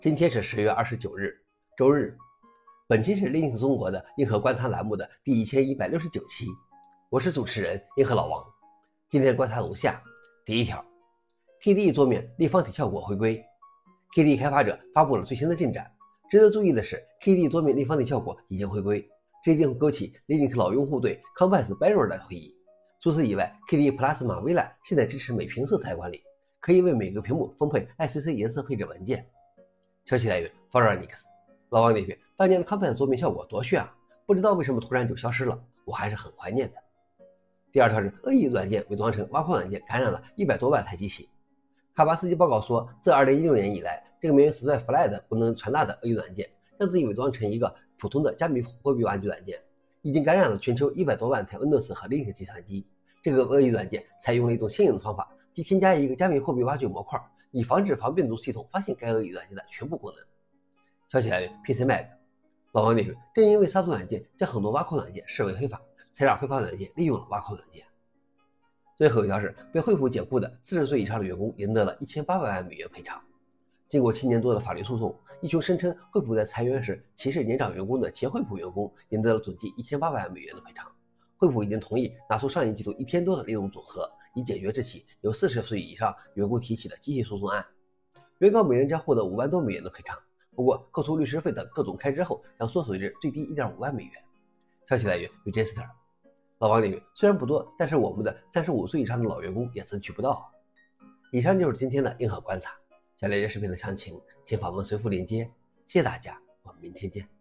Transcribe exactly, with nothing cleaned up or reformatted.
今天是十月二十九日，周日。本期是 Linux 中国的硬核观察栏目的第一千一百六十九期，我是主持人硬核老王。今天观察如下：第一条 ，K D E 桌面立方体效果回归。K D E 开发者发布了最新的进展。值得注意的是 ，K D E 桌面立方体效果已经回归，这一定会勾起 Linux 老用户对 Compass Barrel 的回忆。除此以外 ，K D E Plasma 微览现在支持每屏色彩管理，可以为每个屏幕分配 I C C 颜色配置文件。消息来源 Phoronix。老王点评：当年的 Compass 桌面效果多炫啊，不知道为什么突然就消失了，我还是很怀念的。第二条是恶意软件伪装成挖矿软件，感染了一百多万台机器。卡巴斯基报告说，自二零一六年以来，这个名为 Stripe 的不能传达的恶意软件，将自己伪装成一个普通的加密货币挖掘软件，已经感染了全球一百多万台 Windows 和 Linux 计算机。这个恶意软件采用了一种新颖的方法，即添加一个加密货币挖掘模块，以防止防病毒系统发现该恶意软件的全部功能。消息来源 P C Mag。老王点评：正因为杀毒软件将很多挖矿软件视为非法，才让非法软件利用了挖矿软件。最后一条是被惠普解雇的四十岁以上的员工赢得了一千八百万美元赔偿。经过七年多的法律诉讼，一群声称惠普在裁员时歧视年长员工的前惠普员工赢得了总计一千八百万美元的赔偿。惠普已经同意拿出上一季度一天多的利润总和，以解决这起由四十岁以上员工提起的机器诉讼案。原告每人将获得五万多美元的赔偿，不过扣除律师费等各种开支后将缩水至最低 一点五万美元。消息来源 Register。老王点评：虽然不多，但是我们的三十五岁以上的老员工也争取不到。以上就是今天的硬核观察。想了解视频的详情，请访问随附链接。谢谢大家，我们明天见。